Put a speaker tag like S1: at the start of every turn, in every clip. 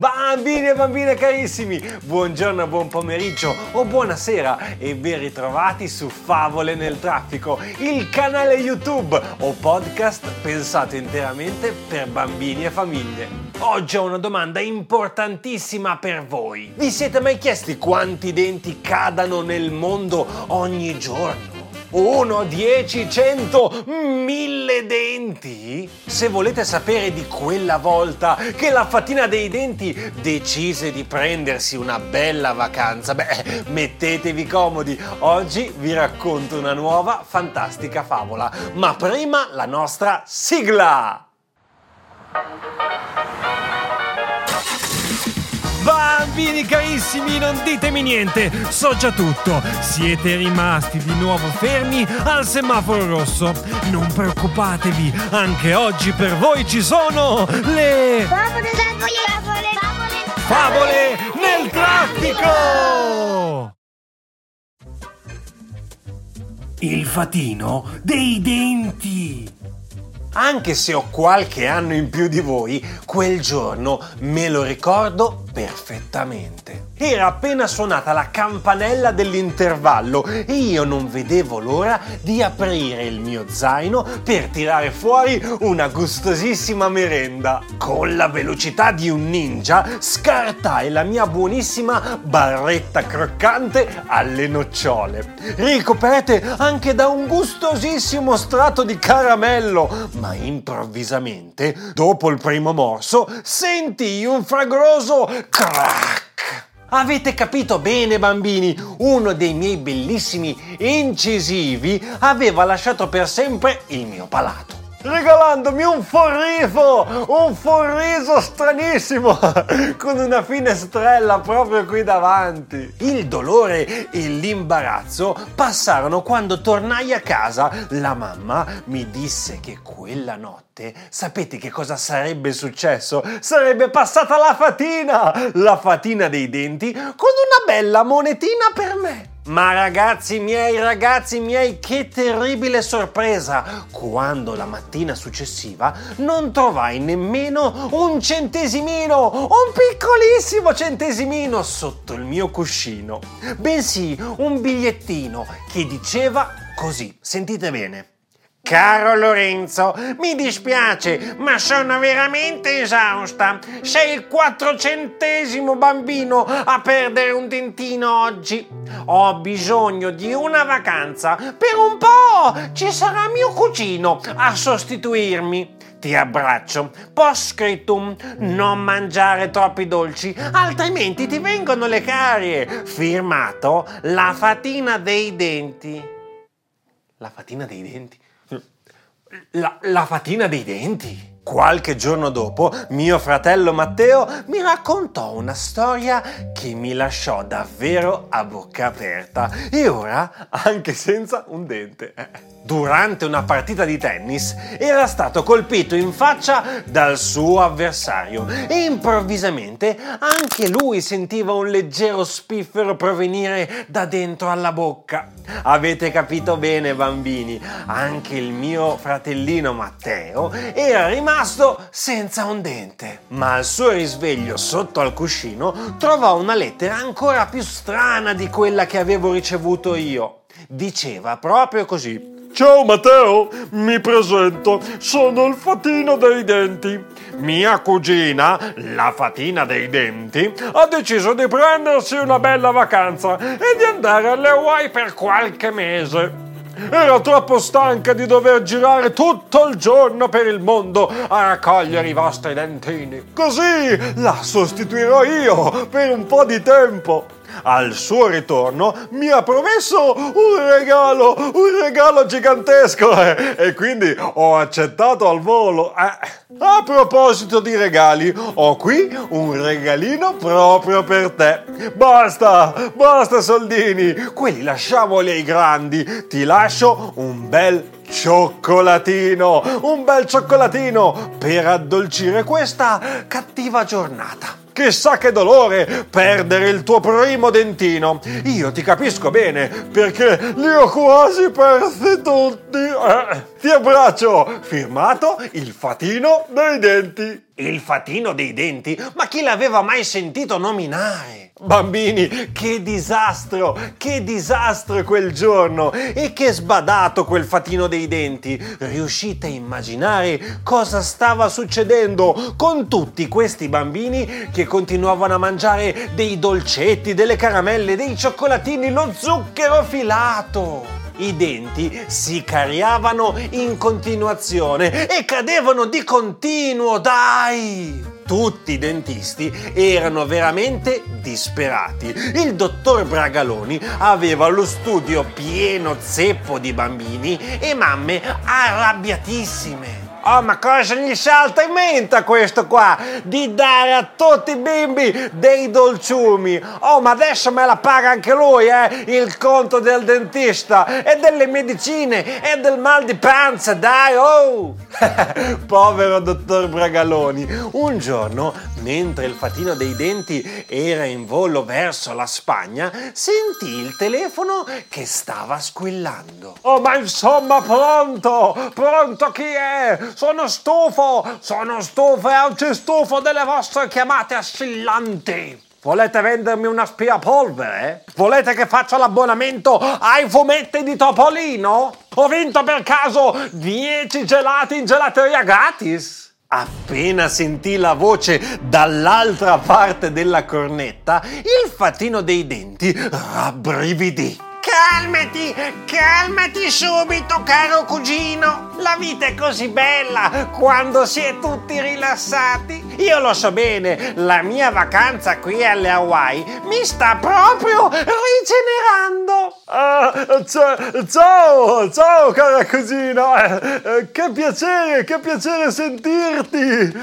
S1: Bambini e bambine carissimi, buongiorno, buon pomeriggio o buonasera e ben ritrovati su Favole nel traffico, il canale YouTube o podcast pensato interamente per bambini e famiglie. Oggi ho una domanda importantissima per voi. Vi siete mai chiesti quanti denti cadano nel mondo ogni giorno? 1, 10, 100, 1000 denti? Se volete sapere di quella volta che la fatina dei denti decise di prendersi una bella vacanza, mettetevi comodi, oggi vi racconto una nuova fantastica favola. Ma prima la nostra sigla! Bambini carissimi, non ditemi niente, so già tutto. Siete rimasti di nuovo fermi al semaforo rosso. Non preoccupatevi, anche oggi per voi ci sono le favole nel traffico! Il fatino dei denti. Anche se ho qualche anno in più di voi, quel giorno me lo ricordo perfettamente. Era appena suonata la campanella dell'intervallo e io non vedevo l'ora di aprire il mio zaino per tirare fuori una gustosissima merenda. Con la velocità di un ninja scartai la mia buonissima barretta croccante alle nocciole, ricoperte anche da un gustosissimo strato di caramello. Ma improvvisamente, dopo il primo morso, sentii un fragoroso crack. Avete capito bene, bambini? Uno dei miei bellissimi incisivi aveva lasciato per sempre il mio palato, regalandomi un forriso stranissimo, con una finestrella proprio qui davanti. Il dolore e l'imbarazzo passarono quando tornai a casa. La mamma mi disse che quella notte, sapete che cosa sarebbe successo? Sarebbe passata la fatina dei denti, con una bella monetina per me. Ma ragazzi miei, che terribile sorpresa, quando la mattina successiva non trovai nemmeno un centesimino, un piccolissimo centesimino sotto il mio cuscino, bensì un bigliettino che diceva così, sentite bene: caro Lorenzo, mi dispiace, ma sono veramente esausta. Sei il 400° bambino a perdere un dentino oggi. Ho bisogno di una vacanza. Per un po' ci sarà mio cugino a sostituirmi. Ti abbraccio. Post scriptum: non mangiare troppi dolci, altrimenti ti vengono le carie. Firmato la fatina dei denti. La fatina dei denti? La fatina dei denti? Qualche giorno dopo, mio fratello Matteo mi raccontò una storia che mi lasciò davvero a bocca aperta, e ora anche senza un dente. Durante una partita di tennis era stato colpito in faccia dal suo avversario e improvvisamente anche lui sentiva un leggero spiffero provenire da dentro alla bocca. Avete capito bene, bambini, anche il mio fratellino Matteo era rimasto senza un dente. Ma al suo risveglio sotto al cuscino trovò una lettera ancora più strana di quella che avevo ricevuto io. Diceva proprio così: ciao Matteo, mi presento, sono il fatino dei denti. Mia cugina, la fatina dei denti, ha deciso di prendersi una bella vacanza e di andare alle Hawaii per qualche mese. Era troppo stanca di dover girare tutto il giorno per il mondo a raccogliere i vostri dentini. Così la sostituirò io per un po' di tempo. Al suo ritorno mi ha promesso un regalo gigantesco e quindi ho accettato al volo. A proposito di regali, ho qui un regalino proprio per te. Basta soldini, quelli lasciamoli ai grandi. Ti lascio un bel cioccolatino per addolcire questa cattiva giornata. Chissà che dolore perdere il tuo primo dentino. Io ti capisco bene, perché li ho quasi persi tutti. Ti abbraccio. Firmato il Fatino dei Denti. Il Fatino dei Denti? Ma chi l'aveva mai sentito nominare? Bambini, che disastro quel giorno, e che sbadato quel Fatino dei Denti. Riuscite a immaginare cosa stava succedendo con tutti questi bambini che continuavano a mangiare dei dolcetti, delle caramelle, dei cioccolatini, lo zucchero filato? I denti si cariavano in continuazione e cadevano di continuo, dai! Tutti i dentisti erano veramente disperati. Il dottor Bragaloni aveva lo studio pieno zeppo di bambini e mamme arrabbiatissime. Oh, ma cosa gli salta in mente a questo qua? Di dare a tutti i bimbi dei dolciumi. Oh, ma adesso me la paga anche lui, il conto del dentista e delle medicine e del mal di pancia, dai, oh! Povero dottor Bragaloni. Un giorno, mentre il Fatino dei Denti era in volo verso la Spagna, sentì il telefono che stava squillando. Oh, ma insomma, pronto chi è? Sono stufo e anche stufo delle vostre chiamate assillanti. Volete vendermi una aspirapolvere? Volete che faccia l'abbonamento ai fumetti di Topolino? Ho vinto per caso 10 gelati in gelateria gratis? Appena sentì la voce dall'altra parte della cornetta, il Fatino dei Denti rabbrividì. Calmati subito, caro cugino. La vita è così bella quando si è tutti rilassati. Io lo so bene, la mia vacanza qui alle Hawaii mi sta proprio rigenerando. Ciao cara cugina. Che piacere sentirti.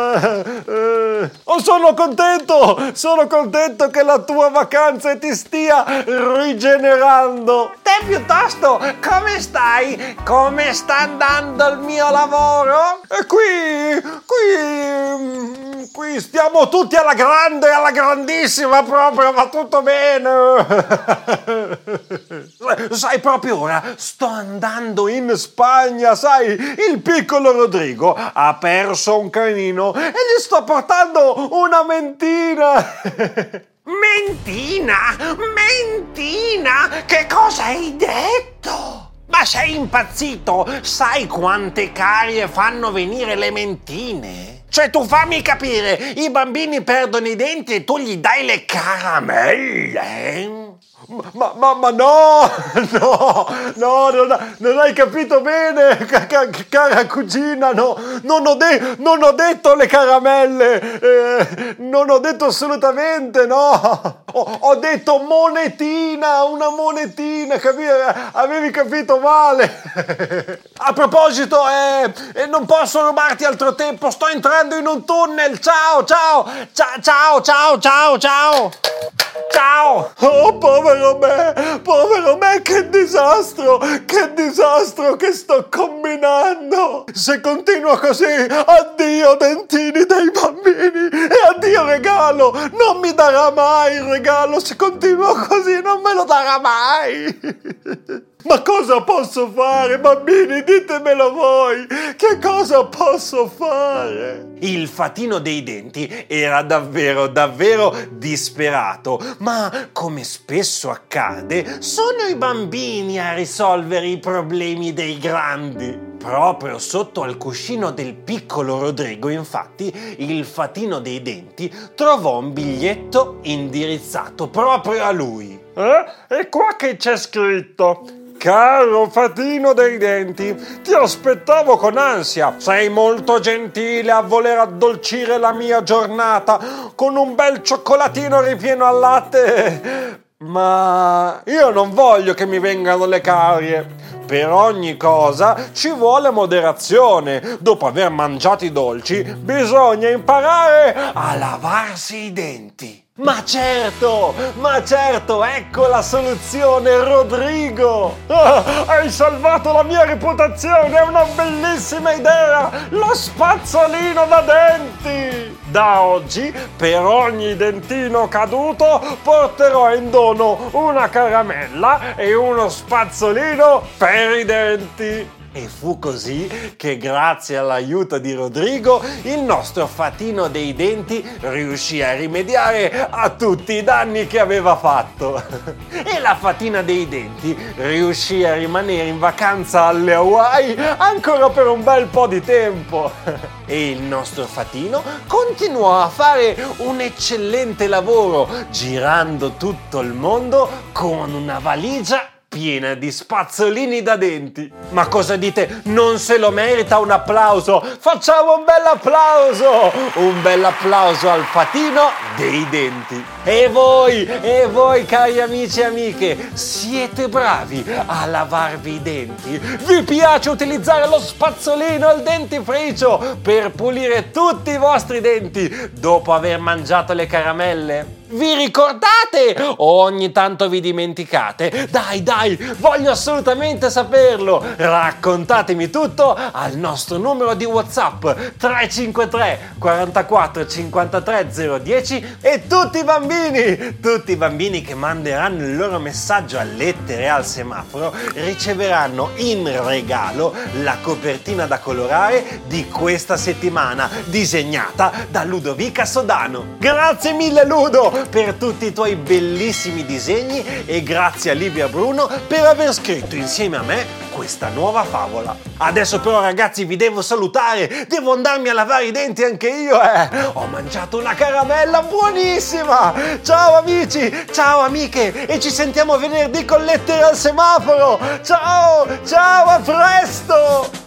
S1: Sono contento che la tua vacanza ti stia rigenerando. Te piuttosto, come stai? Come sta andando il mio lavoro? Qui stiamo tutti alla grande, alla grandissima proprio, va tutto bene. Sai, proprio ora sto andando in Spagna, sai, il piccolo Rodrigo ha perso un canino e gli sto portando una mentina. Mentina? Che cosa hai detto? Ma sei impazzito? Sai quante carie fanno venire le mentine? Cioè, tu fammi capire, i bambini perdono i denti e tu gli dai le caramelle? Ma no, non hai capito bene, cara cugina, no, non ho detto le caramelle, non ho detto assolutamente, no, ho detto monetina, una monetina, avevi capito male. A proposito, non posso rubarti altro tempo, sto entrando in un tunnel, ciao. Oh, povero me, che disastro che sto combinando. Se continuo così, addio dentini dei bambini e addio regalo, non mi darà mai il regalo, se continuo così non me lo darà mai. Ma cosa posso fare, bambini? Ditemelo voi! Che cosa posso fare? Il Fatino dei Denti era davvero disperato, ma come spesso accade, sono i bambini a risolvere i problemi dei grandi. Proprio sotto al cuscino del piccolo Rodrigo, infatti, il Fatino dei Denti trovò un biglietto indirizzato proprio a lui. E qua che c'è scritto: caro Fatino dei Denti, ti aspettavo con ansia. Sei molto gentile a voler addolcire la mia giornata con un bel cioccolatino ripieno al latte. Ma io non voglio che mi vengano le carie. Per ogni cosa ci vuole moderazione. Dopo aver mangiato i dolci, bisogna imparare a lavarsi i denti. Ma certo, ecco la soluzione, Rodrigo! Hai salvato la mia reputazione, è una bellissima idea! Lo spazzolino da denti! Da oggi, per ogni dentino caduto, porterò in dono una caramella e uno spazzolino per i denti! E fu così che, grazie all'aiuto di Rodrigo, il nostro fatino dei denti riuscì a rimediare a tutti i danni che aveva fatto. E la fatina dei denti riuscì a rimanere in vacanza alle Hawaii ancora per un bel po' di tempo. E il nostro fatino continuò a fare un eccellente lavoro, girando tutto il mondo con una valigia piena di spazzolini da denti. Ma cosa dite? Non se lo merita un applauso? Facciamo un bel applauso! Un bel applauso al fatino dei denti. E voi cari amici e amiche, siete bravi a lavarvi i denti? Vi piace utilizzare lo spazzolino e il dentifricio per pulire tutti i vostri denti dopo aver mangiato le caramelle? Vi ricordate o ogni tanto vi dimenticate? Dai, voglio assolutamente saperlo! Raccontatemi tutto al nostro numero di WhatsApp 353 44 53 010 e tutti i bambini che manderanno il loro messaggio a lettere al semaforo riceveranno in regalo la copertina da colorare di questa settimana, disegnata da Ludovica Sodano. Grazie mille Ludo per tutti i tuoi bellissimi disegni e grazie a Livia Bruno per aver scritto insieme a me questa nuova favola. Adesso però ragazzi vi devo salutare, devo andarmi a lavare i denti anche io, Ho mangiato una caramella buonissima! Ciao amici, ciao amiche e ci sentiamo venerdì con lettere al semaforo! Ciao, a presto!